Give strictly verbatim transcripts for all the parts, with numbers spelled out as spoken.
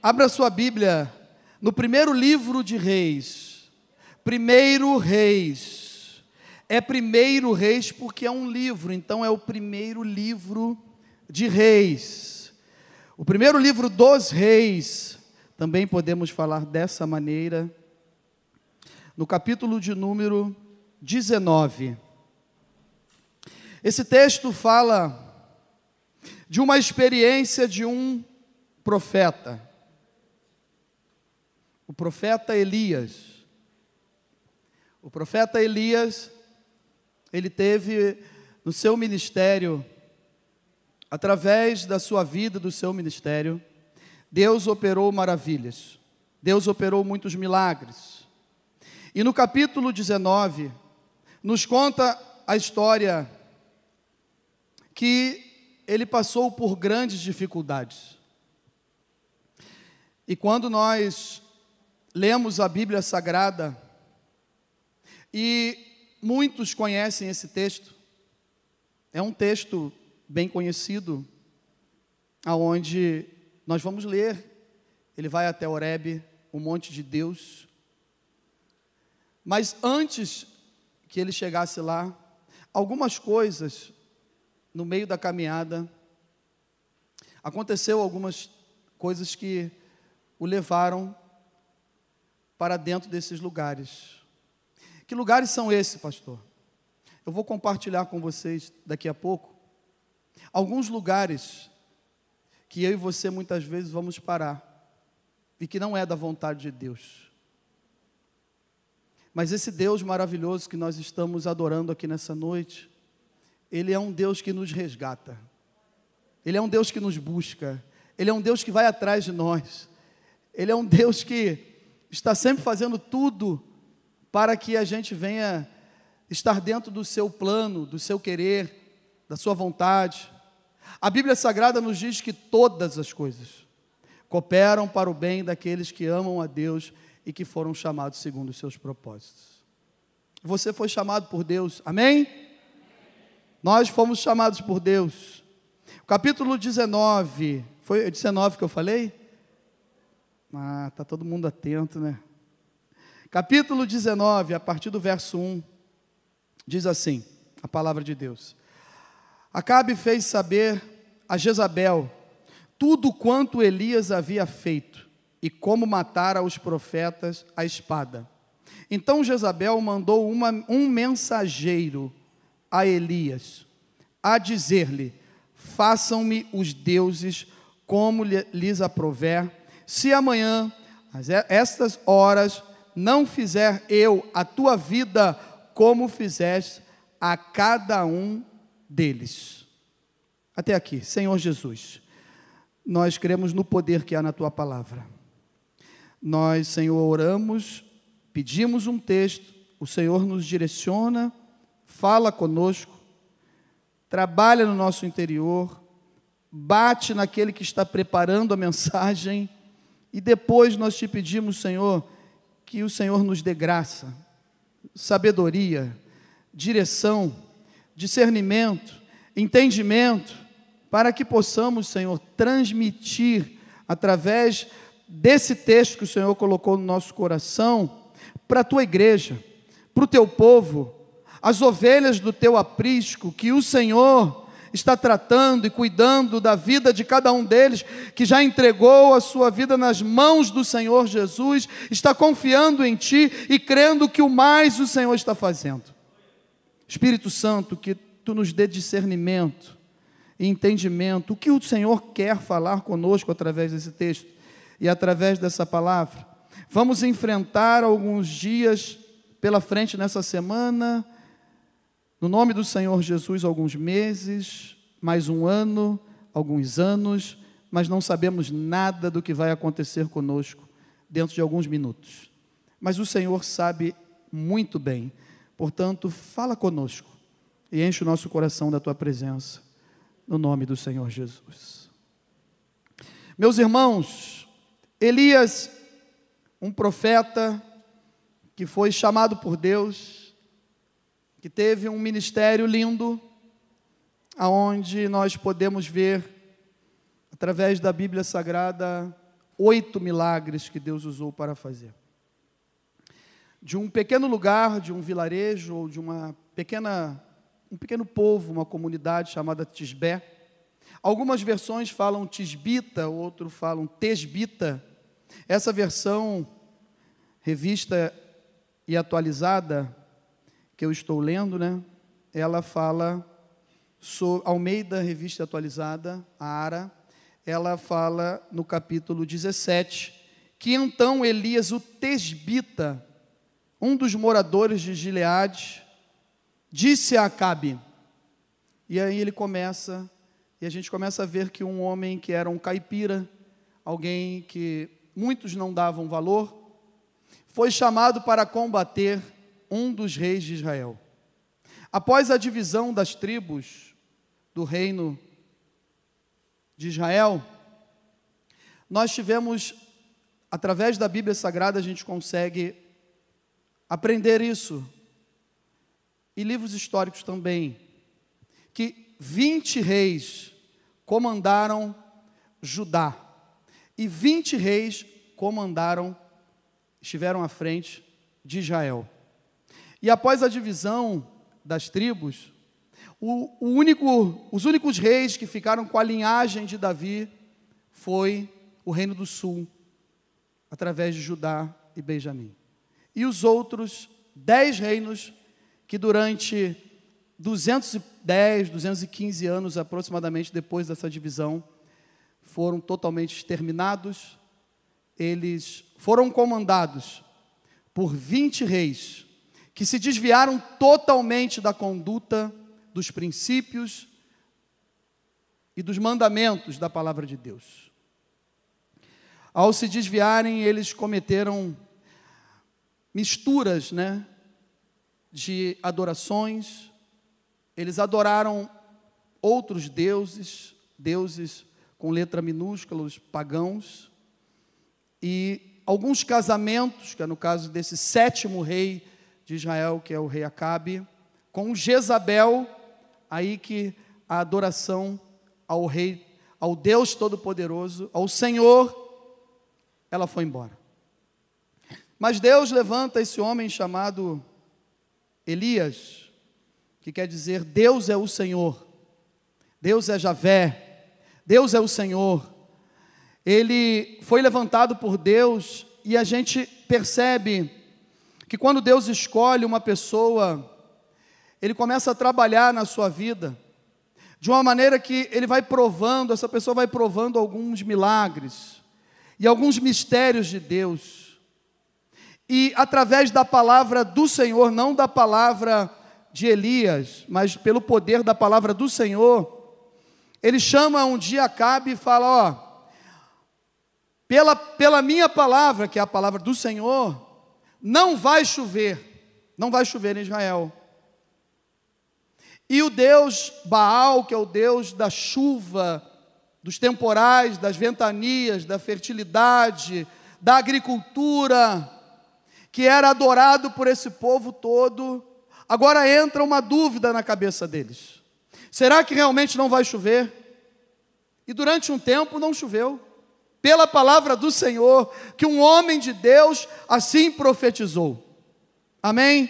Abra sua Bíblia no primeiro livro de Reis. Primeiro Reis. É primeiro Reis porque é um livro, então é o primeiro livro de Reis. O primeiro livro dos Reis, também podemos falar dessa maneira. No capítulo de número dezenove. Esse texto fala de uma experiência de um profeta. O profeta Elias. O profeta Elias, ele teve no seu ministério, através da sua vida, do seu ministério, Deus operou maravilhas. Deus operou muitos milagres. E no capítulo dezenove, nos conta a história que ele passou por grandes dificuldades. E quando nós lemos a Bíblia Sagrada, e muitos conhecem esse texto, é um texto bem conhecido, aonde nós vamos ler, ele vai até Horebe, o monte de Deus, mas antes que ele chegasse lá, algumas coisas, no meio da caminhada, aconteceu algumas coisas que o levaram para dentro desses lugares. Que lugares são esses, pastor? Eu vou compartilhar com vocês daqui a pouco alguns lugares que eu e você muitas vezes vamos parar e que não é da vontade de Deus. Mas esse Deus maravilhoso que nós estamos adorando aqui nessa noite, Ele é um Deus que nos resgata. Ele é um Deus que nos busca. Ele é um Deus que vai atrás de nós. Ele é um Deus que está sempre fazendo tudo para que a gente venha estar dentro do seu plano, do seu querer, da sua vontade. A Bíblia Sagrada nos diz que todas as coisas cooperam para o bem daqueles que amam a Deus e que foram chamados segundo os seus propósitos. Você foi chamado por Deus, amém? Nós fomos chamados por Deus. O capítulo dezenove, foi dezenove que eu falei? Ah, está todo mundo atento, né? Capítulo dezenove, a partir do verso um, diz assim, a palavra de Deus. Acabe fez saber a Jezabel tudo quanto Elias havia feito e como matara os profetas à espada. Então Jezabel mandou uma, um mensageiro a Elias, a dizer-lhe, façam-me os deuses como lhes aprouver, se amanhã, às estas horas, não fizer eu a tua vida como fizeste a cada um deles. Até aqui, Senhor Jesus, nós cremos no poder que há na tua palavra. Nós, Senhor, oramos, pedimos um texto, o Senhor nos direciona, fala conosco, trabalha no nosso interior, bate naquele que está preparando a mensagem, e depois nós te pedimos, Senhor, que o Senhor nos dê graça, sabedoria, direção, discernimento, entendimento, para que possamos, Senhor, transmitir através desse texto que o Senhor colocou no nosso coração, para a tua igreja, para o teu povo, as ovelhas do teu aprisco, que o Senhor está tratando e cuidando da vida de cada um deles, que já entregou a sua vida nas mãos do Senhor Jesus, está confiando em Ti e crendo que o mais o Senhor está fazendo. Espírito Santo, que Tu nos dê discernimento e entendimento, o que o Senhor quer falar conosco através desse texto e através dessa palavra. Vamos enfrentar alguns dias pela frente nessa semana, no nome do Senhor Jesus, alguns meses, mais um ano, alguns anos, mas não sabemos nada do que vai acontecer conosco dentro de alguns minutos. Mas o Senhor sabe muito bem, portanto, fala conosco e enche o nosso coração da tua presença, no nome do Senhor Jesus. Meus irmãos, Elias, um profeta que foi chamado por Deus, que teve um ministério lindo, aonde nós podemos ver, através da Bíblia Sagrada, oito milagres que Deus usou para fazer. De um pequeno lugar, de um vilarejo, ou de uma pequena, um pequeno povo, uma comunidade chamada Tisbé. Algumas versões falam Tisbita, outros falam Tesbita. Essa versão, revista e atualizada, que eu estou lendo, né? Ela fala, sobre, Almeida, revista atualizada, a Ara, ela fala no capítulo dezessete, que então Elias, o Tesbita, um dos moradores de Gileade, disse a Acabe, e aí ele começa, e a gente começa a ver que um homem que era um caipira, alguém que muitos não davam valor, foi chamado para combater um dos reis de Israel. Após a divisão das tribos do reino de Israel, nós tivemos, através da Bíblia Sagrada, a gente consegue aprender isso, e livros históricos também, que vinte reis comandaram Judá, e vinte reis comandaram, estiveram à frente de Israel. E após a divisão das tribos, o, o único, os únicos reis que ficaram com a linhagem de Davi foi o reino do sul, através de Judá e Benjamim. E os outros dez reinos que durante duzentos e dez, duzentos e quinze anos aproximadamente depois dessa divisão foram totalmente exterminados. Eles foram comandados por vinte reis que se desviaram totalmente da conduta, dos princípios e dos mandamentos da palavra de Deus. Ao se desviarem, eles cometeram misturas, né, de adorações. Eles adoraram outros deuses, deuses com letra minúscula, os pagãos, e alguns casamentos, que é no caso desse sétimo rei de Israel, que é o rei Acabe, com Jezabel, aí que a adoração ao rei, ao Deus Todo-Poderoso, ao Senhor, ela foi embora. Mas Deus levanta esse homem chamado Elias, que quer dizer Deus é o Senhor, Deus é Javé, Deus é o Senhor. Ele foi levantado por Deus, e a gente percebe que quando Deus escolhe uma pessoa, Ele começa a trabalhar na sua vida, de uma maneira que Ele vai provando, essa pessoa vai provando alguns milagres, e alguns mistérios de Deus, e através da palavra do Senhor, não da palavra de Elias, mas pelo poder da palavra do Senhor, Ele chama um dia Acabe e fala, ó, pela, pela minha palavra, que é a palavra do Senhor, não vai chover, não vai chover em Israel. E o Deus Baal, que é o Deus da chuva, dos temporais, das ventanias, da fertilidade, da agricultura, que era adorado por esse povo todo, agora entra uma dúvida na cabeça deles. Será que realmente não vai chover? E durante um tempo não choveu, pela palavra do Senhor, que um homem de Deus assim profetizou. Amém?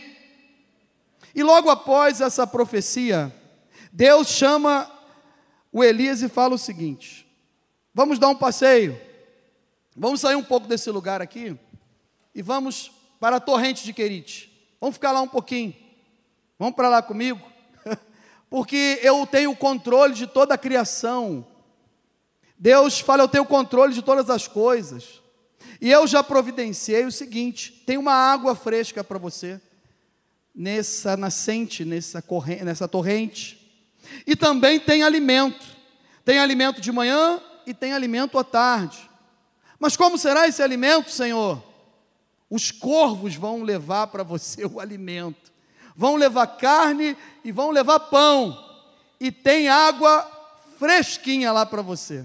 E logo após essa profecia, Deus chama o Elias e fala o seguinte: vamos dar um passeio, vamos sair um pouco desse lugar aqui, e vamos para a torrente de Querite, vamos ficar lá um pouquinho, vamos para lá comigo, porque eu tenho o controle de toda a criação. Deus fala, eu tenho o controle de todas as coisas, e eu já providenciei o seguinte: tem uma água fresca para você, nessa nascente, nessa, corrente, nessa torrente, e também tem alimento, tem alimento de manhã e tem alimento à tarde. Mas como será esse alimento, Senhor? Os corvos vão levar para você o alimento, vão levar carne e vão levar pão, e tem água fresquinha lá para você.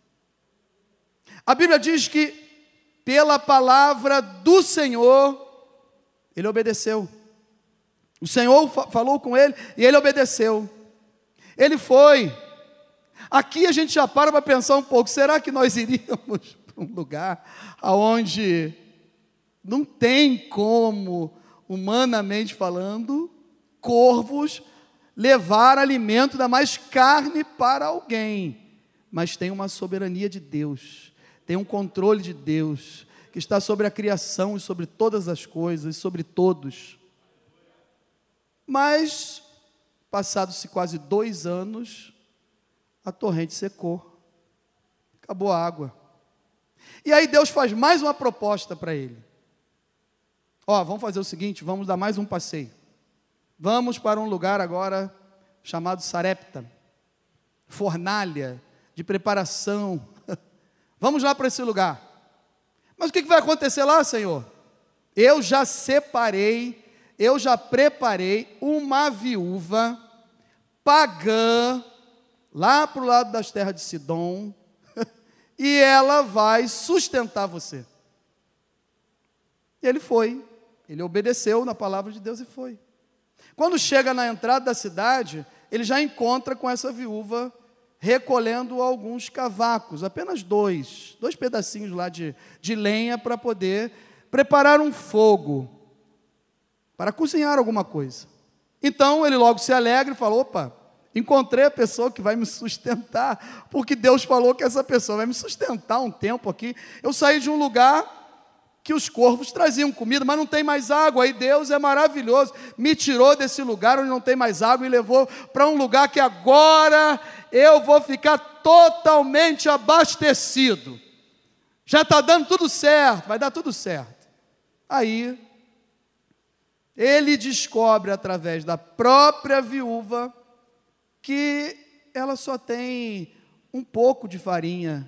A Bíblia diz que pela palavra do Senhor, ele obedeceu. O Senhor falou com ele e ele obedeceu. Ele foi. Aqui a gente já para para pensar um pouco, será que nós iríamos para um lugar onde não tem como, humanamente falando, corvos levar alimento, ainda mais carne para alguém. Mas tem uma soberania de Deus, tem um controle de Deus, que está sobre a criação e sobre todas as coisas, e sobre todos. Mas, passados-se quase dois anos, a torrente secou, acabou a água. E aí Deus faz mais uma proposta para ele. Ó, vamos fazer o seguinte, vamos dar mais um passeio. Vamos para um lugar agora chamado Sarepta, fornalha de preparação. Vamos lá para esse lugar. Mas o que vai acontecer lá, Senhor? Eu já separei, eu já preparei uma viúva pagã, lá para o lado das terras de Sidom, e ela vai sustentar você. E ele foi, ele obedeceu na palavra de Deus e foi. Quando chega na entrada da cidade, ele já encontra com essa viúva recolhendo alguns cavacos, apenas dois, dois pedacinhos lá de, de lenha para poder preparar um fogo, para cozinhar alguma coisa. Então ele logo se alegra e fala, opa, encontrei a pessoa que vai me sustentar, porque Deus falou que essa pessoa vai me sustentar um tempo aqui. Eu saí de um lugar que os corvos traziam comida, mas não tem mais água, aí Deus é maravilhoso, me tirou desse lugar onde não tem mais água e levou para um lugar que agora eu vou ficar totalmente abastecido, já está dando tudo certo, vai dar tudo certo. Aí, ele descobre através da própria viúva, que ela só tem um pouco de farinha,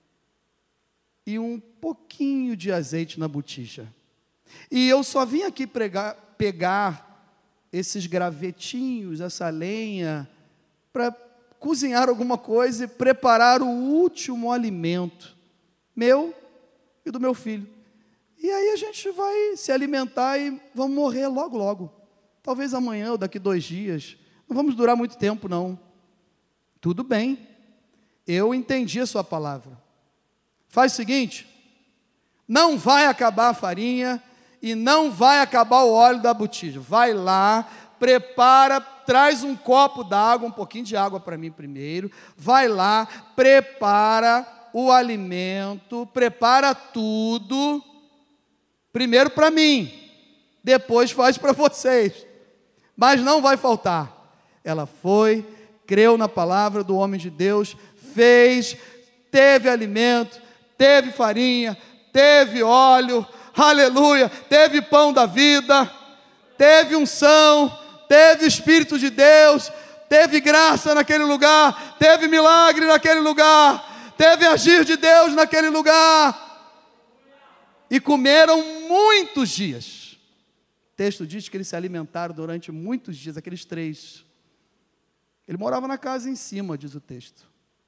e um pouquinho de azeite na botija. E eu só vim aqui pregar, pegar esses gravetinhos, essa lenha, para cozinhar alguma coisa e preparar o último alimento, meu e do meu filho. E aí a gente vai se alimentar e vamos morrer logo, logo. Talvez amanhã ou daqui dois dias. Não vamos durar muito tempo, não. Tudo bem. Eu entendi a sua palavra. Faz o seguinte, não vai acabar a farinha e não vai acabar o óleo da botija. Vai lá, prepara, traz um copo d'água, um pouquinho de água para mim primeiro. Vai lá, prepara o alimento, prepara tudo, primeiro para mim, depois faz para vocês. Mas não vai faltar. Ela foi, creu na palavra do homem de Deus, fez, teve alimento, teve farinha, teve óleo, aleluia, teve pão da vida, teve unção, teve Espírito de Deus, teve graça naquele lugar, teve milagre naquele lugar, teve agir de Deus naquele lugar, e comeram muitos dias. O texto diz que eles se alimentaram durante muitos dias, aqueles três. Ele morava na casa em cima, diz o texto.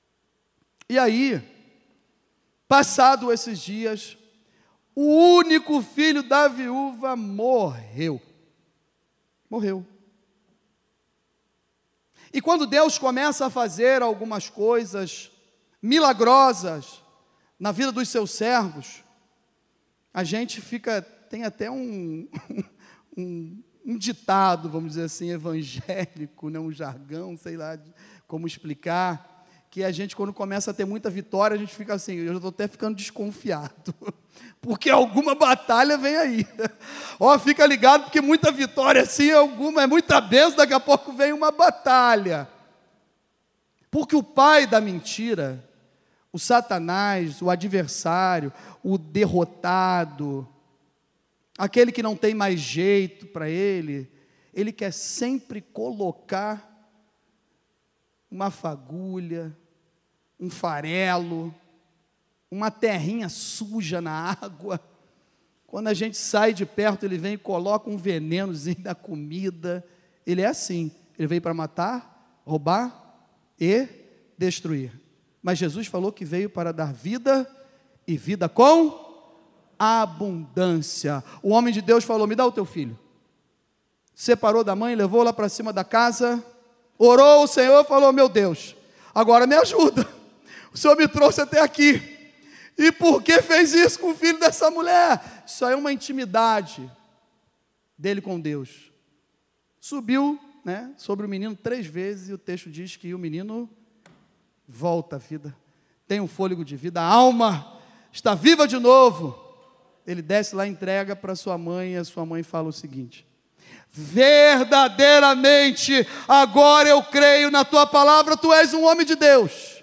E aí, passado esses dias, o único filho da viúva morreu. Morreu. E quando Deus começa a fazer algumas coisas milagrosas na vida dos seus servos, a gente fica, tem até um, um, um ditado, vamos dizer assim, evangélico, né, um jargão, sei lá como explicar, que a gente, quando começa a ter muita vitória, a gente fica assim, eu já estou até ficando desconfiado, porque alguma batalha vem aí. Ó, fica ligado, porque muita vitória assim, alguma, é muita bênção, daqui a pouco vem uma batalha. Porque o pai da mentira, o Satanás, o adversário, o derrotado, aquele que não tem mais jeito para ele, ele quer sempre colocar uma fagulha, um farelo, uma terrinha suja na água. Quando a gente sai de perto, ele vem e coloca um venenozinho na comida. Ele é assim, ele veio para matar, roubar e destruir. Mas Jesus falou que veio para dar vida e vida com abundância. O homem de Deus falou, me dá o teu filho. Separou da mãe, levou lá para cima da casa, orou o Senhor, falou, meu Deus, agora me ajuda. O Senhor me trouxe até aqui. E por que fez isso com o filho dessa mulher? Isso aí é uma intimidade dele com Deus. Subiu, né, sobre o menino três vezes, e o texto diz que o menino volta à vida, tem um fôlego de vida, a alma está viva de novo. Ele desce lá, entrega para sua mãe, e a sua mãe fala o seguinte: verdadeiramente, agora eu creio na tua palavra, tu és um homem de Deus.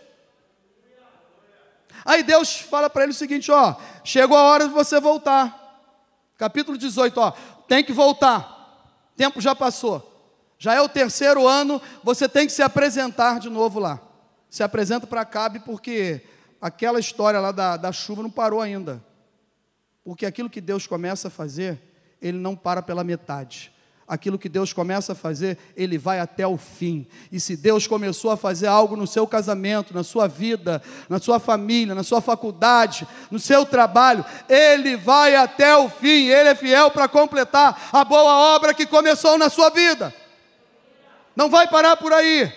Aí Deus fala para ele o seguinte: ó, chegou a hora de você voltar. Capítulo dezoito, ó, tem que voltar, tempo já passou, já é o terceiro ano, você tem que se apresentar de novo lá. Se apresenta para Acabe, porque aquela história lá da, da chuva não parou ainda. Porque aquilo que Deus começa a fazer, Ele não para pela metade. Aquilo que Deus começa a fazer, Ele vai até o fim. E se Deus começou a fazer algo no seu casamento, na sua vida, na sua família, na sua faculdade, no seu trabalho, Ele vai até o fim. Ele é fiel para completar a boa obra que começou na sua vida. Não vai parar por aí.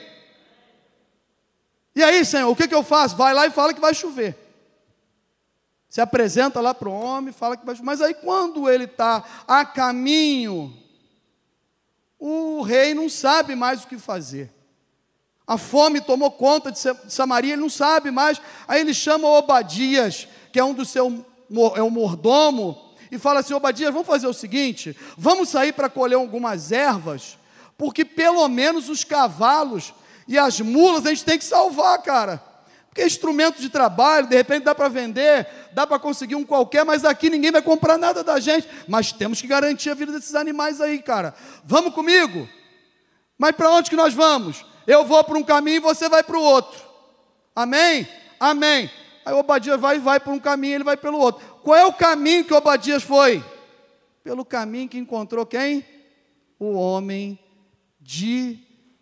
E aí, Senhor, o que, que eu faço? Vai lá e fala que vai chover. Se apresenta lá para o homem, fala que vai chover. Mas aí quando ele está a caminho, o rei não sabe mais o que fazer. A fome tomou conta de Samaria, ele não sabe mais. Aí ele chama Obadias, que é um dos seus, é um mordomo, e fala assim: Obadias, vamos fazer o seguinte, vamos sair para colher algumas ervas, porque pelo menos os cavalos e as mulas a gente tem que salvar, cara. Porque instrumento de trabalho, de repente dá para vender, dá para conseguir um qualquer, mas aqui ninguém vai comprar nada da gente. Mas temos que garantir a vida desses animais aí, cara. Vamos comigo? Mas para onde que nós vamos? Eu vou para um caminho e você vai para o outro. Amém? Amém. Aí Obadias vai e vai por um caminho, ele vai pelo outro. Qual é o caminho que Obadias foi? Pelo caminho que encontrou quem? O homem de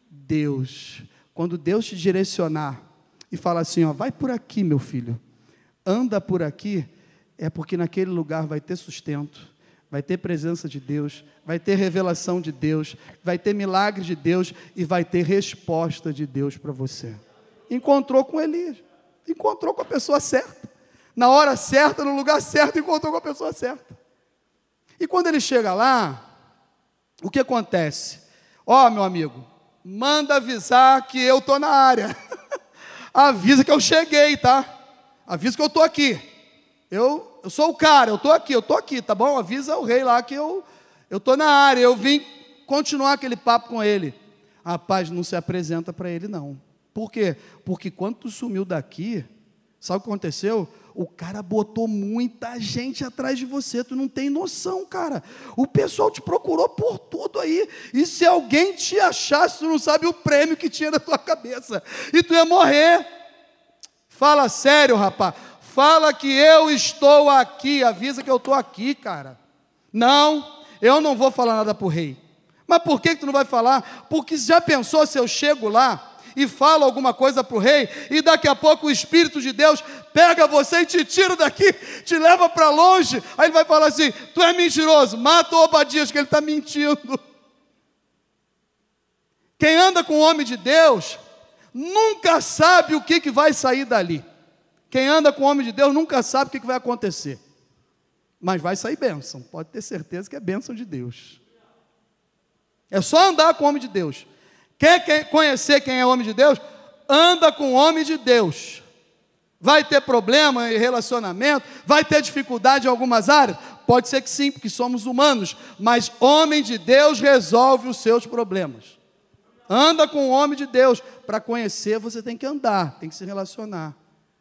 Deus. Quando Deus te direcionar e falar assim, ó, vai por aqui, meu filho, anda por aqui, é porque naquele lugar vai ter sustento, vai ter presença de Deus, vai ter revelação de Deus, vai ter milagre de Deus e vai ter resposta de Deus para você. Encontrou com Elias, encontrou com a pessoa certa, na hora certa, no lugar certo, encontrou com a pessoa certa. E quando ele chega lá, o que acontece? Ó, meu amigo, manda avisar que eu estou na área. Avisa que eu cheguei, tá? Avisa que eu estou aqui. Eu, eu sou o cara, eu estou aqui, eu estou aqui, tá bom? Avisa o rei lá que eu estou na área. Eu vim continuar aquele papo com ele. Rapaz, não se apresenta para ele, não. Por quê? Porque quando tu sumiu daqui, sabe o que aconteceu? O cara botou muita gente atrás de você, tu não tem noção, cara. O pessoal te procurou por tudo aí, e se alguém te achasse, tu não sabe o prêmio que tinha na tua cabeça, e tu ia morrer. Fala sério, rapaz, fala que eu estou aqui, avisa que eu estou aqui, cara. Não, eu não vou falar nada para o rei. Mas por que que tu não vai falar? Porque já pensou se eu chego lá e fala alguma coisa para o rei, e daqui a pouco o Espírito de Deus pega você e te tira daqui, te leva para longe, aí ele vai falar assim, tu é mentiroso, mata o Obadias que ele está mentindo. Quem anda com o homem de Deus, nunca sabe o que, que vai sair dali. Quem anda com o homem de Deus, nunca sabe o que, que vai acontecer, mas vai sair bênção, pode ter certeza que é bênção de Deus. É só andar com o homem de Deus. Quer conhecer quem é homem de Deus? Anda com o homem de Deus. Vai ter problema em relacionamento? Vai ter dificuldade em algumas áreas? Pode ser que sim, porque somos humanos. Mas homem de Deus resolve os seus problemas. Anda com o homem de Deus. Para conhecer, você tem que andar, tem que se relacionar.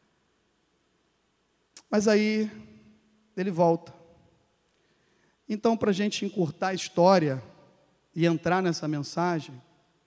Mas aí, ele volta. Então, para a gente encurtar a história e entrar nessa mensagem,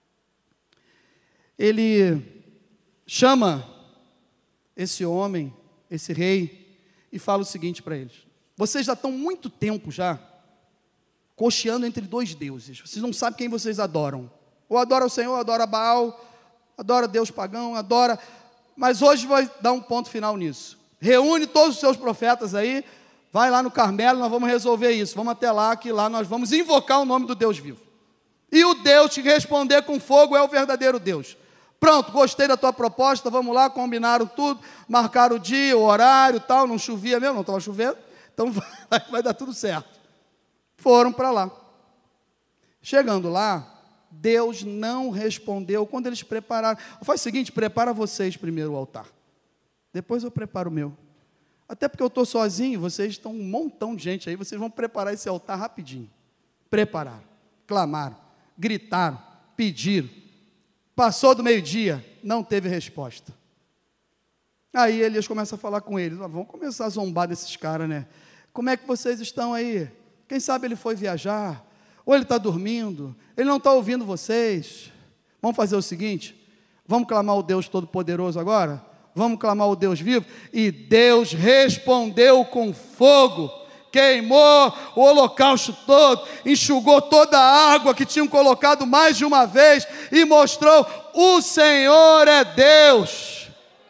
ele chama esse homem, esse rei, e fala o seguinte para eles: vocês já estão muito tempo já cocheando entre dois deuses, vocês não sabem quem vocês adoram, ou adora o Senhor, ou adora Baal, adora Deus pagão, adora, mas hoje vai dar um ponto final nisso, reúne todos os seus profetas aí, vai lá no Carmelo, nós vamos resolver isso, vamos até lá, que lá nós vamos invocar o nome do Deus vivo, e o Deus que responder com fogo é o verdadeiro Deus. Pronto, gostei da tua proposta, vamos lá, combinaram tudo, marcaram o dia, o horário, tal, não chovia mesmo, não estava chovendo, então vai, vai dar tudo certo. Foram para lá. Chegando lá, Deus não respondeu quando eles prepararam. Faz o seguinte, prepara vocês primeiro o altar, depois eu preparo o meu. Até porque eu estou sozinho, vocês estão um montão de gente aí, vocês vão preparar esse altar rapidinho. Prepararam, clamaram, gritaram, pediram. Passou do meio-dia, não teve resposta. Aí Elias começa a falar com eles, ah, vamos começar a zombar desses caras, né? Como é que vocês estão aí? Quem sabe ele foi viajar, ou ele está dormindo, ele não está ouvindo vocês. Vamos fazer o seguinte, vamos clamar o Deus Todo-Poderoso agora? Vamos clamar o Deus vivo? E Deus respondeu com fogo, queimou o holocausto todo, enxugou toda a água que tinham colocado mais de uma vez e mostrou, o Senhor é Deus.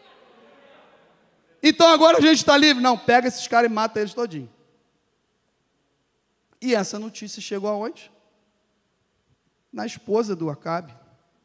Então agora a gente está livre. Não, pega esses caras e mata eles todinho. E essa notícia chegou aonde? Na esposa do Acabe.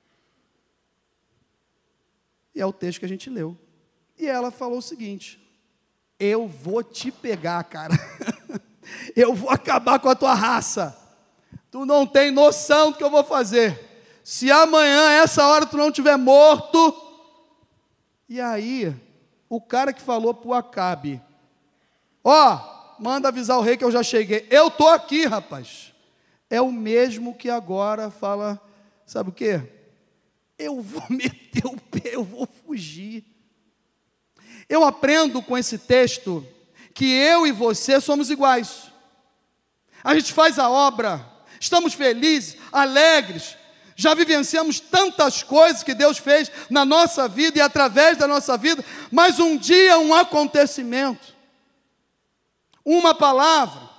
E é o texto que a gente leu. E ela falou o seguinte, eu vou te pegar, cara. Eu vou acabar com a tua raça. Tu não tem noção do que eu vou fazer. Se amanhã, essa hora, tu não estiver morto. E aí, o cara que falou para o Acabe, ó, oh, manda avisar o rei que eu já cheguei. Eu estou aqui, rapaz. É o mesmo que agora fala, sabe o quê? Eu vou meter o pé, eu vou fugir. Eu aprendo com esse texto que eu e você somos iguais. A gente faz a obra, estamos felizes, alegres, já vivenciamos tantas coisas que Deus fez na nossa vida e através da nossa vida, mas um dia um acontecimento, uma palavra,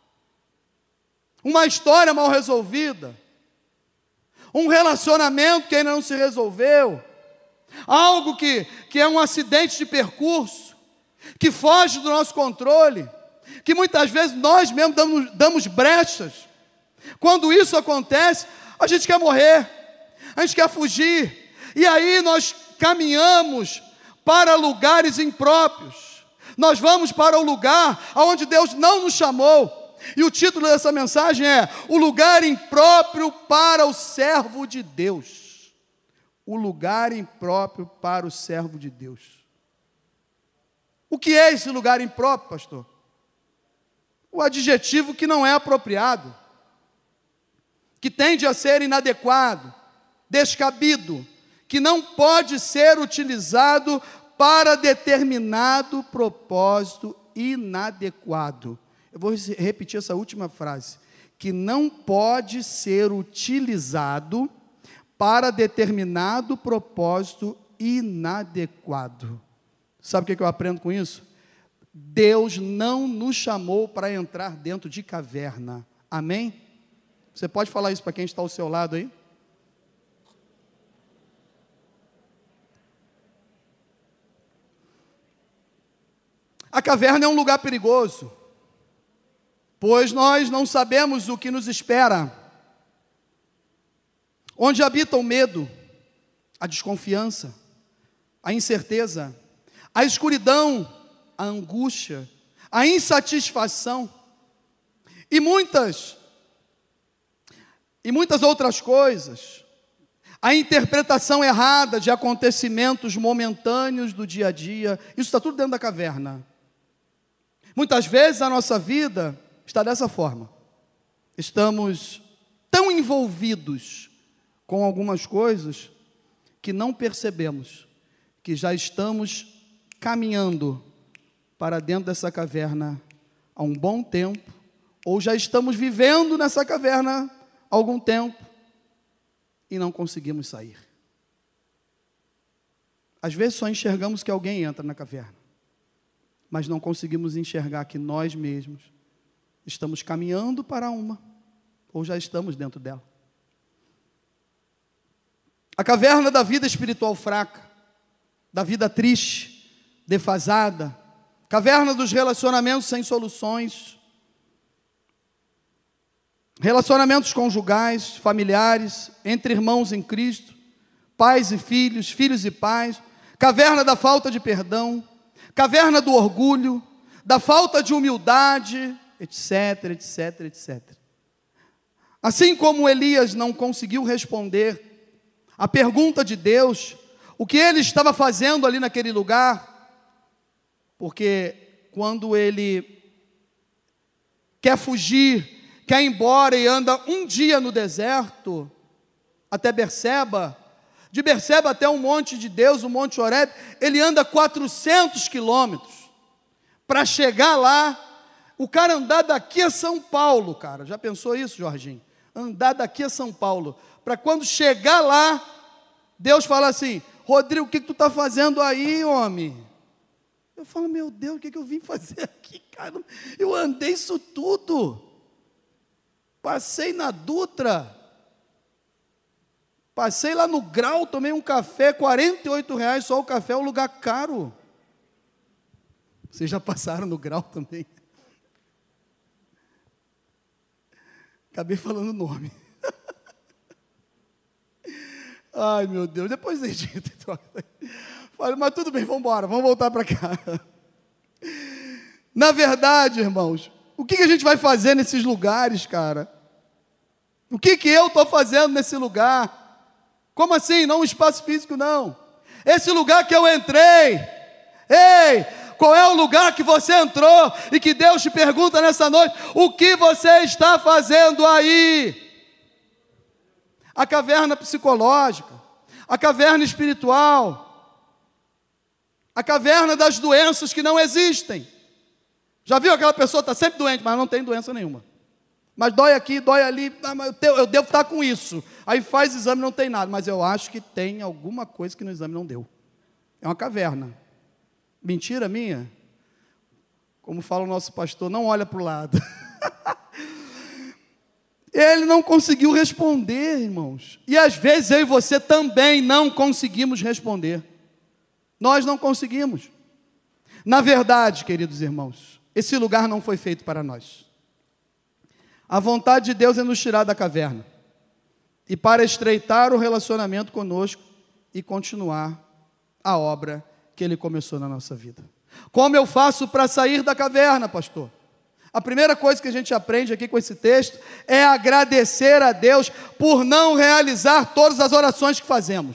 uma história mal resolvida, um relacionamento que ainda não se resolveu, algo que, que é um acidente de percurso, que foge do nosso controle, que muitas vezes nós mesmos damos, damos brechas. Quando isso acontece, a gente quer morrer, a gente quer fugir, e aí nós caminhamos para lugares impróprios, nós vamos para o lugar onde Deus não nos chamou, e o título dessa mensagem é, o lugar impróprio para o servo de Deus. O lugar impróprio para o servo de Deus. O que é esse lugar impróprio, pastor? O adjetivo que não é apropriado, que tende a ser inadequado, descabido, que não pode ser utilizado para determinado propósito inadequado. Eu vou repetir essa última frase, que não pode ser utilizado para determinado propósito inadequado. Sabe o que eu aprendo com isso? Deus não nos chamou para entrar dentro de caverna. Amém? Você pode falar isso para quem está ao seu lado aí? A caverna é um lugar perigoso, pois nós não sabemos o que nos espera. Onde habita o medo, a desconfiança, a incerteza, a escuridão, a angústia, a insatisfação e muitas, e muitas outras coisas, a interpretação errada de acontecimentos momentâneos do dia a dia, isso está tudo dentro da caverna. Muitas vezes a nossa vida está dessa forma, estamos tão envolvidos com algumas coisas que não percebemos que já estamos caminhando para dentro dessa caverna há um bom tempo, ou já estamos vivendo nessa caverna há algum tempo e não conseguimos sair. Às vezes só enxergamos que alguém entra na caverna, mas não conseguimos enxergar que nós mesmos estamos caminhando para uma, ou já estamos dentro dela. A caverna da vida espiritual fraca, da vida triste, defasada, caverna dos relacionamentos sem soluções, relacionamentos conjugais, familiares, entre irmãos em Cristo, pais e filhos, filhos e pais, caverna da falta de perdão, caverna do orgulho, da falta de humildade, etc, etc, etcétera. Assim como Elias não conseguiu responder a pergunta de Deus, o que ele estava fazendo ali naquele lugar, porque quando ele quer fugir, quer ir embora e anda um dia no deserto, até Berseba, de Berseba até o monte de Deus, o monte Horebe, ele anda quatrocentos quilômetros, para chegar lá, o cara andar daqui a São Paulo, cara, já pensou isso, Jorginho? Andar daqui a São Paulo, para quando chegar lá, Deus fala assim: Rodrigo, o que, que tu está fazendo aí, homem? Eu falo, meu Deus, o que, que eu vim fazer aqui, cara? Eu andei isso tudo, passei na Dutra, passei lá no Grau, tomei um café, quarenta e oito reais só o café, é um lugar caro. Vocês já passaram no Grau também? Acabei falando o nome. Ai, meu Deus, depois edita. Falei, mas tudo bem, vamos embora, vamos voltar para cá. Na verdade, irmãos, o que, que a gente vai fazer nesses lugares, cara? O que, que eu estou fazendo nesse lugar? Como assim? Não um espaço físico, não. Esse lugar que eu entrei. Ei, qual é o lugar que você entrou e que Deus te pergunta nessa noite? O que você está fazendo aí? A caverna psicológica, a caverna espiritual, a caverna das doenças que não existem. Já viu aquela pessoa que está sempre doente, mas não tem doença nenhuma. Mas dói aqui, dói ali, eu devo estar com isso. Aí faz exame, não tem nada, mas eu acho que tem alguma coisa que no exame não deu. É uma caverna. Mentira minha? Como fala o nosso pastor, não olha para o lado. Ele não conseguiu responder, irmãos. E às vezes eu e você também não conseguimos responder. Nós não conseguimos. Na verdade, queridos irmãos, esse lugar não foi feito para nós. A vontade de Deus é nos tirar da caverna e para estreitar o relacionamento conosco e continuar a obra que Ele começou na nossa vida. Como eu faço para sair da caverna, pastor? A primeira coisa que a gente aprende aqui com esse texto é agradecer a Deus por não realizar todas as orações que fazemos.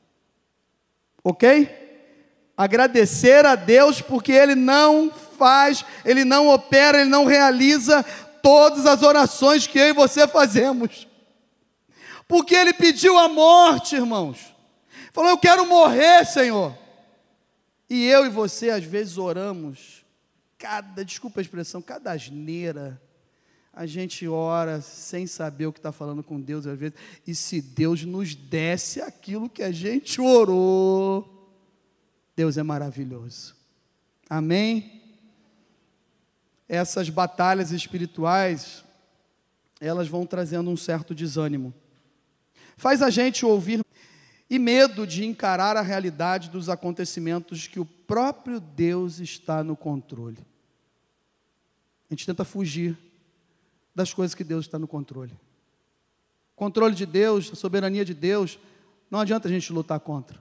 Ok? Agradecer a Deus porque Ele não faz, Ele não opera, Ele não realiza todas as orações que eu e você fazemos. Porque Ele pediu a morte, irmãos. Falou, eu quero morrer, Senhor. E eu e você às vezes oramos, cada, desculpa a expressão, cada asneira, a gente ora sem saber o que está falando com Deus às vezes, e se Deus nos desse aquilo que a gente orou, Deus é maravilhoso, amém? Essas batalhas espirituais, elas vão trazendo um certo desânimo, faz a gente ouvir, e medo de encarar a realidade dos acontecimentos que o próprio Deus está no controle. A gente tenta fugir das coisas que Deus está no controle. O controle de Deus, a soberania de Deus, não adianta a gente lutar contra.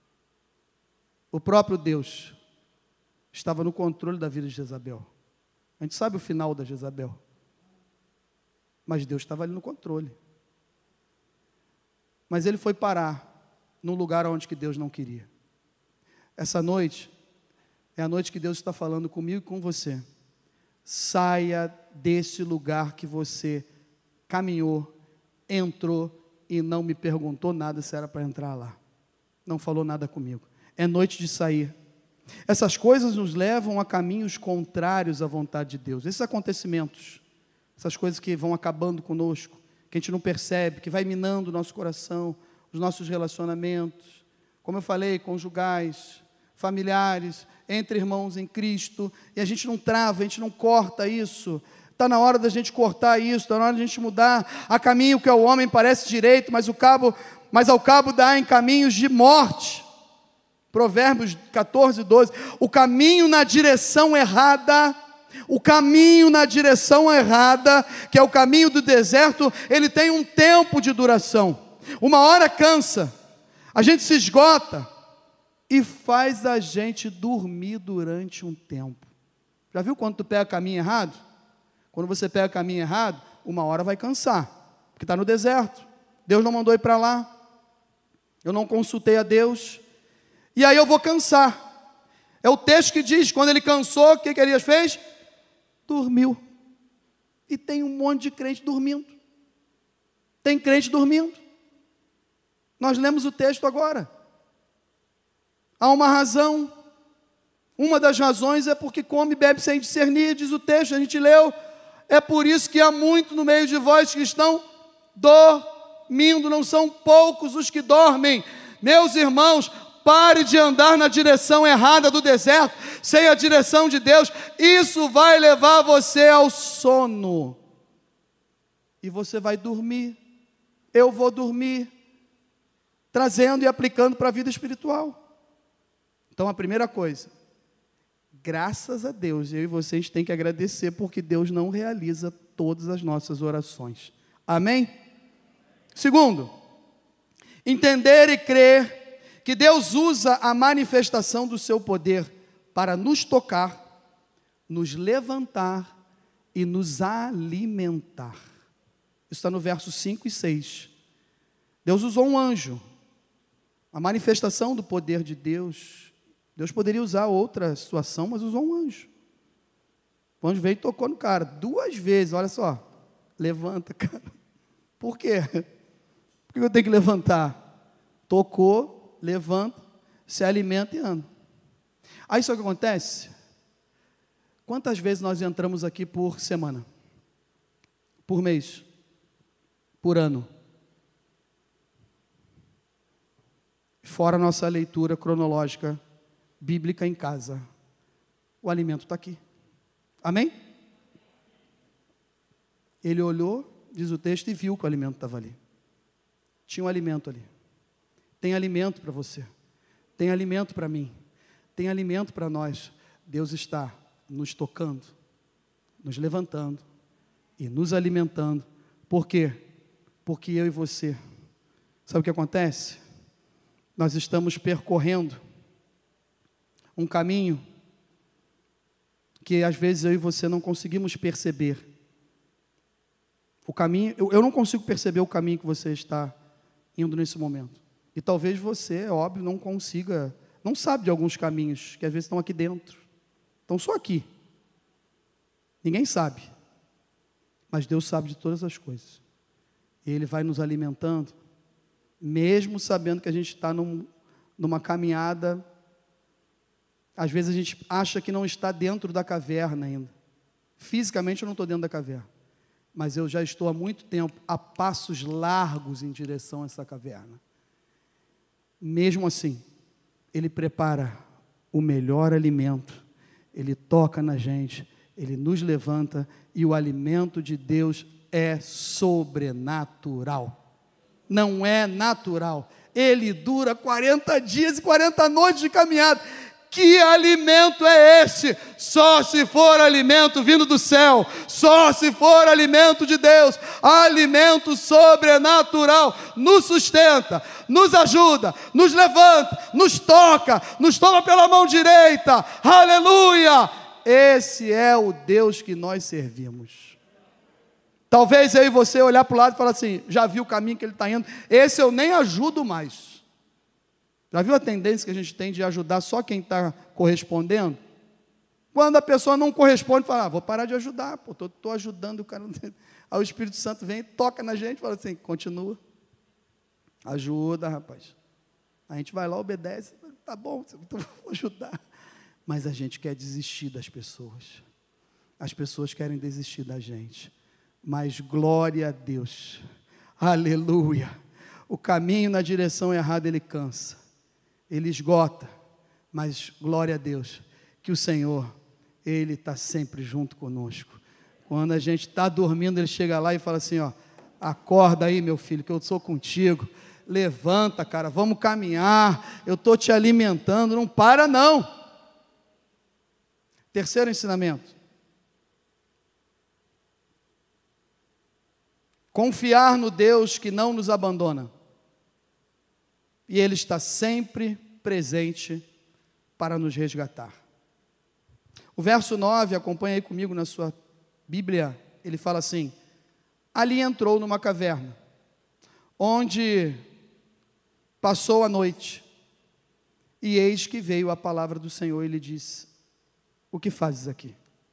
O próprio Deus estava no controle da vida de Jezabel. A gente sabe o final da Jezabel. Mas Deus estava ali no controle. Mas ele foi parar num lugar onde que Deus não queria. Essa noite é a noite que Deus está falando comigo e com você. Saia desse lugar que você caminhou, entrou e não me perguntou nada se era para entrar lá. Não falou nada comigo. É noite de sair. Essas coisas nos levam a caminhos contrários à vontade de Deus. Esses acontecimentos, essas coisas que vão acabando conosco, que a gente não percebe, que vai minando o nosso coração, os nossos relacionamentos, como eu falei, conjugais, familiares, entre irmãos em Cristo, e a gente não trava, a gente não corta isso. Está na hora da gente cortar isso, está na hora da gente mudar. Há caminho que ao homem parece direito, mas, o cabo, mas ao cabo dá em caminhos de morte. Provérbios catorze, doze. O caminho na direção errada, o caminho na direção errada, que é o caminho do deserto, ele tem um tempo de duração. Uma hora cansa. A gente se esgota e faz a gente dormir durante um tempo. Já viu quando tu pega caminho errado? Quando você pega caminho errado, uma hora vai cansar, porque está no deserto. Deus não mandou ir para lá. Eu não consultei a Deus. E aí eu vou cansar. É o texto que diz, quando ele cansou, o que, que Elias fez? Dormiu. E tem um monte de crente dormindo. Tem crente dormindo. Nós lemos o texto agora. Há uma razão. Uma das razões é porque come e bebe sem discernir, diz o texto, a gente leu. É por isso que há muito no meio de vós que estão dormindo. Não são poucos os que dormem. Meus irmãos, pare de andar na direção errada do deserto, sem a direção de Deus. Isso vai levar você ao sono. E você vai dormir. Eu vou dormir. Trazendo e aplicando para a vida espiritual. Então a primeira coisa, graças a Deus, eu e vocês têm que agradecer, porque Deus não realiza todas as nossas orações. Amém? Segundo, entender e crer que Deus usa a manifestação do seu poder para nos tocar, nos levantar e nos alimentar. Isso está no verso cinco e seis. Deus usou um anjo. A manifestação do poder de Deus. Deus poderia usar outra situação, mas usou um anjo. O anjo veio e tocou no cara duas vezes, olha só. Levanta, cara. Por quê? Por que eu tenho que levantar? Tocou, levanta, se alimenta e anda. Aí sabe o que acontece? Quantas vezes nós entramos aqui por semana? Por mês? Por ano? Fora a nossa leitura cronológica bíblica em casa. O alimento está aqui. Amém? Ele olhou, diz o texto, e viu que o alimento estava ali. Tinha um alimento ali. Tem alimento para você. Tem alimento para mim. Tem alimento para nós. Deus está nos tocando, nos levantando e nos alimentando. Por quê? Porque eu e você, sabe o que acontece? Nós estamos percorrendo um caminho que às vezes eu e você não conseguimos perceber. O caminho, eu, eu não consigo perceber o caminho que você está indo nesse momento. E talvez você, é óbvio, não consiga, não sabe de alguns caminhos que às vezes estão aqui dentro. Estão só aqui. Ninguém sabe. Mas Deus sabe de todas as coisas. E Ele vai nos alimentando, mesmo sabendo que a gente está num, numa caminhada. Às vezes a gente acha que não está dentro da caverna ainda. Fisicamente eu não estou dentro da caverna, mas eu já estou há muito tempo a passos largos em direção a essa caverna. Mesmo assim, Ele prepara o melhor alimento. Ele toca na gente, Ele nos levanta, e o alimento de Deus é sobrenatural. Não é natural. Ele dura quarenta dias e quarenta noites de caminhada. Que alimento é esse? Só se for alimento vindo do céu, só se for alimento de Deus, alimento sobrenatural, nos sustenta, nos ajuda, nos levanta, nos toca, nos toma pela mão direita, aleluia! Esse é o Deus que nós servimos. Talvez eu e você olhar para o lado e falar assim, já viu o caminho que ele está indo, esse eu nem ajudo mais. Já viu a tendência que a gente tem de ajudar só quem está correspondendo? Quando a pessoa não corresponde, fala, ah, vou parar de ajudar, pô, estou ajudando o cara. Aí o Espírito Santo vem, toca na gente e fala assim, continua. Ajuda, rapaz. A gente vai lá, obedece, tá bom, então vou ajudar. Mas a gente quer desistir das pessoas. As pessoas querem desistir da gente. Mas glória a Deus. Aleluia. O caminho na direção errada ele cansa. Ele esgota. Mas glória a Deus. Que o Senhor, Ele está sempre junto conosco. Quando a gente está dormindo, Ele chega lá e fala assim, ó, acorda aí, meu filho, que eu sou contigo. Levanta, cara, vamos caminhar. Eu estou te alimentando, não para não. Terceiro ensinamento. Confiar no Deus que não nos abandona. e Ele está sempre presente para nos resgatar. O verso nove, acompanha aí comigo na sua Bíblia, ele fala assim: ali entrou numa caverna, onde passou a noite, e eis que veio a palavra do Senhor e lhe disse: o que fazes aqui?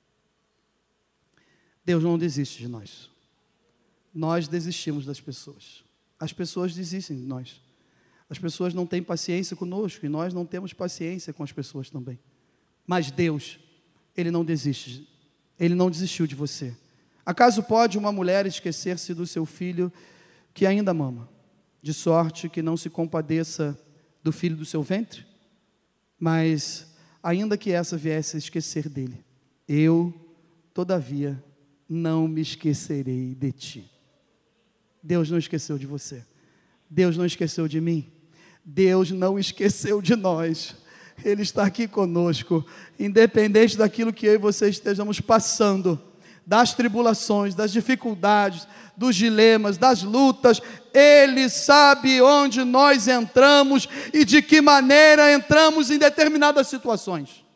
Deus não desiste de nós. Nós desistimos das pessoas. As pessoas desistem de nós. As pessoas não têm paciência conosco, e nós não temos paciência com as pessoas também. Mas Deus, Ele não desiste, Ele não desistiu de você. Acaso pode uma mulher esquecer-se do seu filho que ainda mama, de sorte que não se compadeça do filho do seu ventre? Mas, ainda que essa viesse a esquecer dele, eu, todavia, não me esquecerei de ti. Deus não esqueceu de você. Deus não esqueceu de mim. Deus não esqueceu de nós. Ele está aqui conosco, independente daquilo que eu e você estejamos passando, das tribulações, das dificuldades, dos dilemas, das lutas. Ele sabe onde nós entramos e de que maneira entramos em determinadas situações.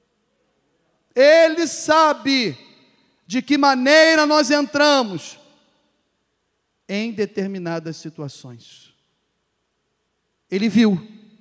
Ele sabe de que maneira nós entramos em determinadas situações. Ele viu.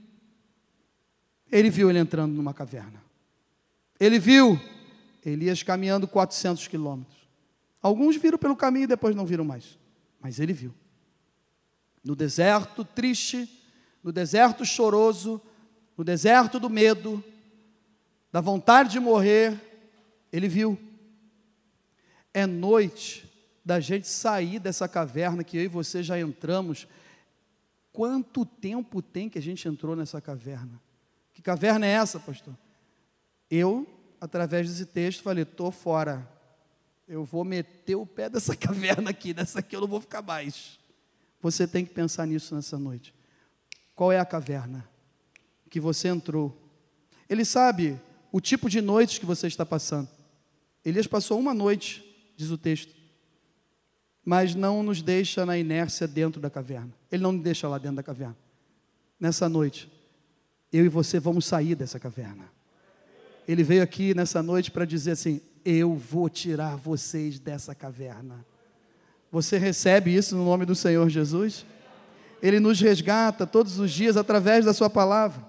Ele viu ele entrando numa caverna. Ele viu Elias caminhando quatrocentos quilômetros. Alguns viram pelo caminho e depois não viram mais. Mas ele viu. No deserto triste, no deserto choroso, no deserto do medo, da vontade de morrer, ele viu. É noite da gente sair dessa caverna que eu e você já entramos. Quanto tempo tem que a gente entrou nessa caverna? Que caverna é essa, pastor? Eu, através desse texto, falei: estou fora. Eu vou meter o pé dessa caverna aqui, dessa aqui eu não vou ficar mais. Você tem que pensar nisso nessa noite. Qual é a caverna que você entrou? Ele sabe o tipo de noites que você está passando. Elias passou uma noite, diz o texto, mas não nos deixa na inércia dentro da caverna. Ele não nos deixa lá dentro da caverna. Nessa noite, eu e você vamos sair dessa caverna. Ele veio aqui nessa noite para dizer assim: eu vou tirar vocês dessa caverna. Você recebe isso no nome do Senhor Jesus? Ele nos resgata todos os dias através da sua palavra.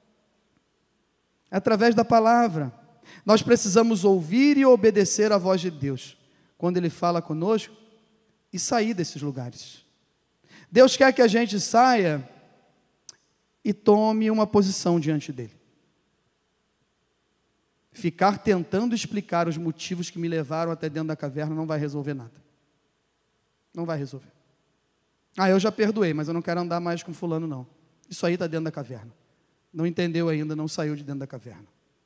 Através da palavra. Nós precisamos ouvir e obedecer a voz de Deus quando Ele fala conosco e sair desses lugares. Deus quer que a gente saia e tome uma posição diante dEle. Ficar tentando explicar os motivos que me levaram até dentro da caverna não vai resolver nada. Não vai resolver. Ah, eu já perdoei, mas eu não quero andar mais com fulano não. Isso aí está dentro da caverna. Não entendeu ainda, não saiu de dentro da caverna.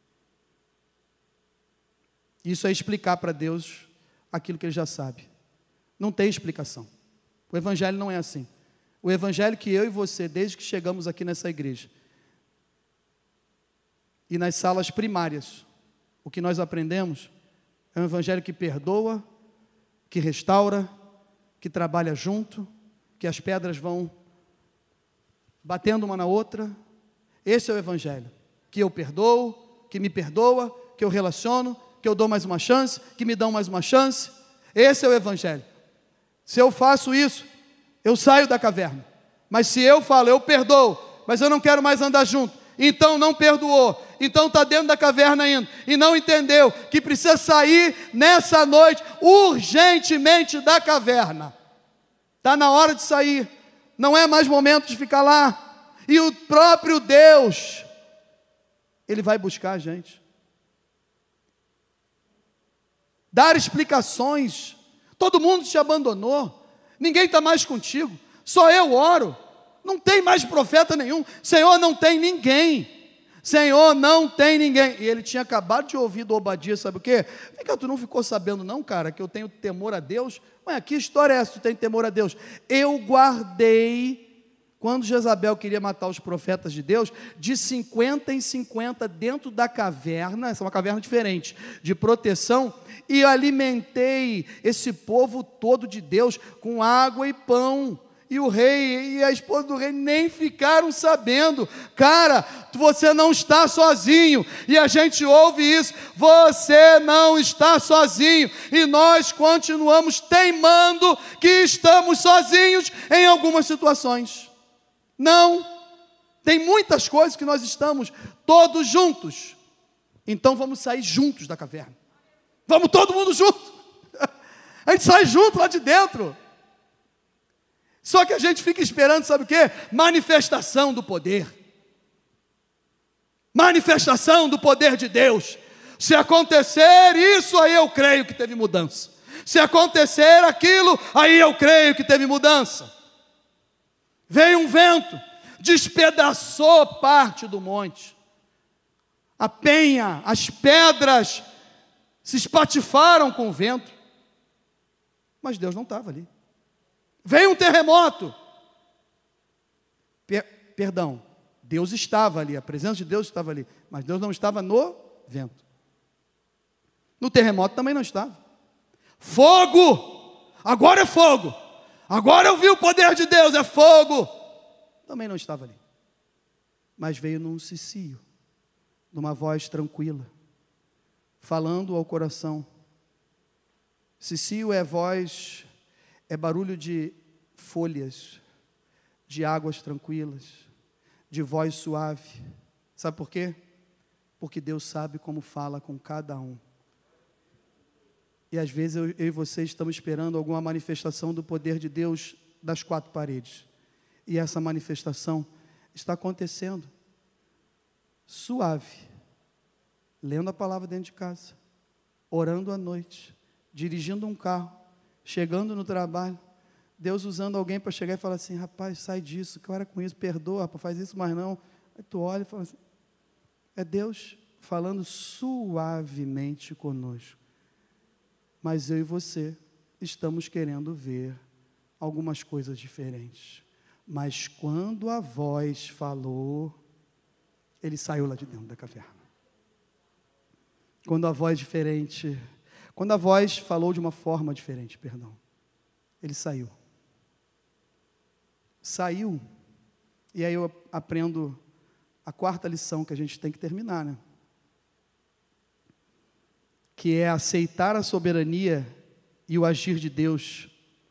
Isso é explicar para Deus aquilo que Ele já sabe. Não tem explicação. O Evangelho não é assim. O Evangelho que eu e você, desde que chegamos aqui nessa igreja, e nas salas primárias, o que nós aprendemos é um Evangelho que perdoa, que restaura, que trabalha junto, que as pedras vão batendo uma na outra. Esse é o Evangelho, que eu perdoo, que me perdoa, que eu relaciono, que eu dou mais uma chance, que me dão mais uma chance. Esse é o Evangelho. Se eu faço isso, eu saio da caverna. Mas se eu falo, eu perdoo, mas eu não quero mais andar junto, então não perdoou, então está dentro da caverna ainda, e não entendeu que precisa sair nessa noite, urgentemente da caverna. Está na hora de sair, não é mais momento de ficar lá. E o próprio Deus, Ele vai buscar a gente. Dar explicações. Todo mundo te abandonou, ninguém está mais contigo, só eu oro, não tem mais profeta nenhum, Senhor, não tem ninguém, Senhor, não tem ninguém. E ele tinha acabado de ouvir do Obadias, sabe o quê? Vem cá, tu não ficou sabendo não, cara, que eu tenho temor a Deus? Ué, que história é essa, tu tem temor a Deus? Eu guardei, quando Jezabel queria matar os profetas de Deus, de cinquenta em cinquenta dentro da caverna, essa é uma caverna diferente, de proteção, e alimentei esse povo todo de Deus com água e pão, e o rei e a esposa do rei nem ficaram sabendo. Cara, você não está sozinho. E a gente ouve isso, você não está sozinho. E nós continuamos teimando que estamos sozinhos em algumas situações. Não, tem muitas coisas que nós estamos todos juntos. Então vamos sair juntos da caverna. Vamos todo mundo junto. A gente sai junto lá de dentro. Só que a gente fica esperando, sabe o quê? Manifestação do poder. Manifestação do poder de Deus. Se acontecer isso, aí eu creio que teve mudança. Se acontecer aquilo, aí eu creio que teve mudança. Veio um vento, despedaçou parte do monte. A penha, as pedras se espatifaram com o vento. Mas Deus não estava ali. Veio um terremoto. Per, perdão, Deus estava ali, a presença de Deus estava ali, mas Deus não estava no vento. No terremoto também não estava. Fogo! Agora é fogo! Agora eu vi o poder de Deus, é fogo! Também não estava ali. Mas veio num cicio, numa voz tranquila, falando ao coração. Cicio é voz, é barulho de folhas, de águas tranquilas, de voz suave. Sabe por quê? Porque Deus sabe como fala com cada um. E às vezes eu, eu e você estamos esperando alguma manifestação do poder de Deus das quatro paredes. E essa manifestação está acontecendo suave, lendo a palavra dentro de casa, orando à noite, dirigindo um carro, chegando no trabalho, Deus usando alguém para chegar e falar assim, rapaz, sai disso, que hora com isso, perdoa, rapaz, faz isso mais não. Aí tu olha e fala assim, é Deus falando suavemente conosco. Mas eu e você estamos querendo ver algumas coisas diferentes. Mas quando a voz falou, ele saiu lá de dentro da caverna. Quando a voz diferente, quando a voz falou de uma forma diferente, perdão, ele saiu. Saiu, e aí eu aprendo a quarta lição que a gente tem que terminar, né? Que é aceitar a soberania e o agir de Deus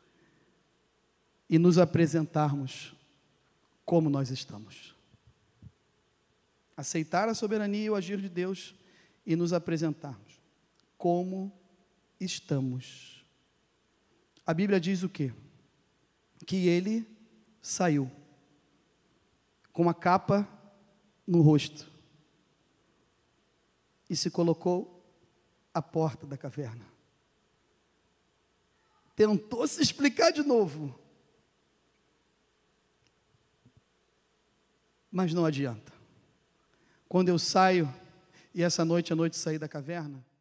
e nos apresentarmos como nós estamos. Aceitar a soberania e o agir de Deus e nos apresentarmos como estamos. A Bíblia diz o quê? Que ele saiu com a capa no rosto e se colocou à porta da caverna. Tentou se explicar de novo, mas não adianta. Quando eu saio, e essa noite, a noite de sair da caverna,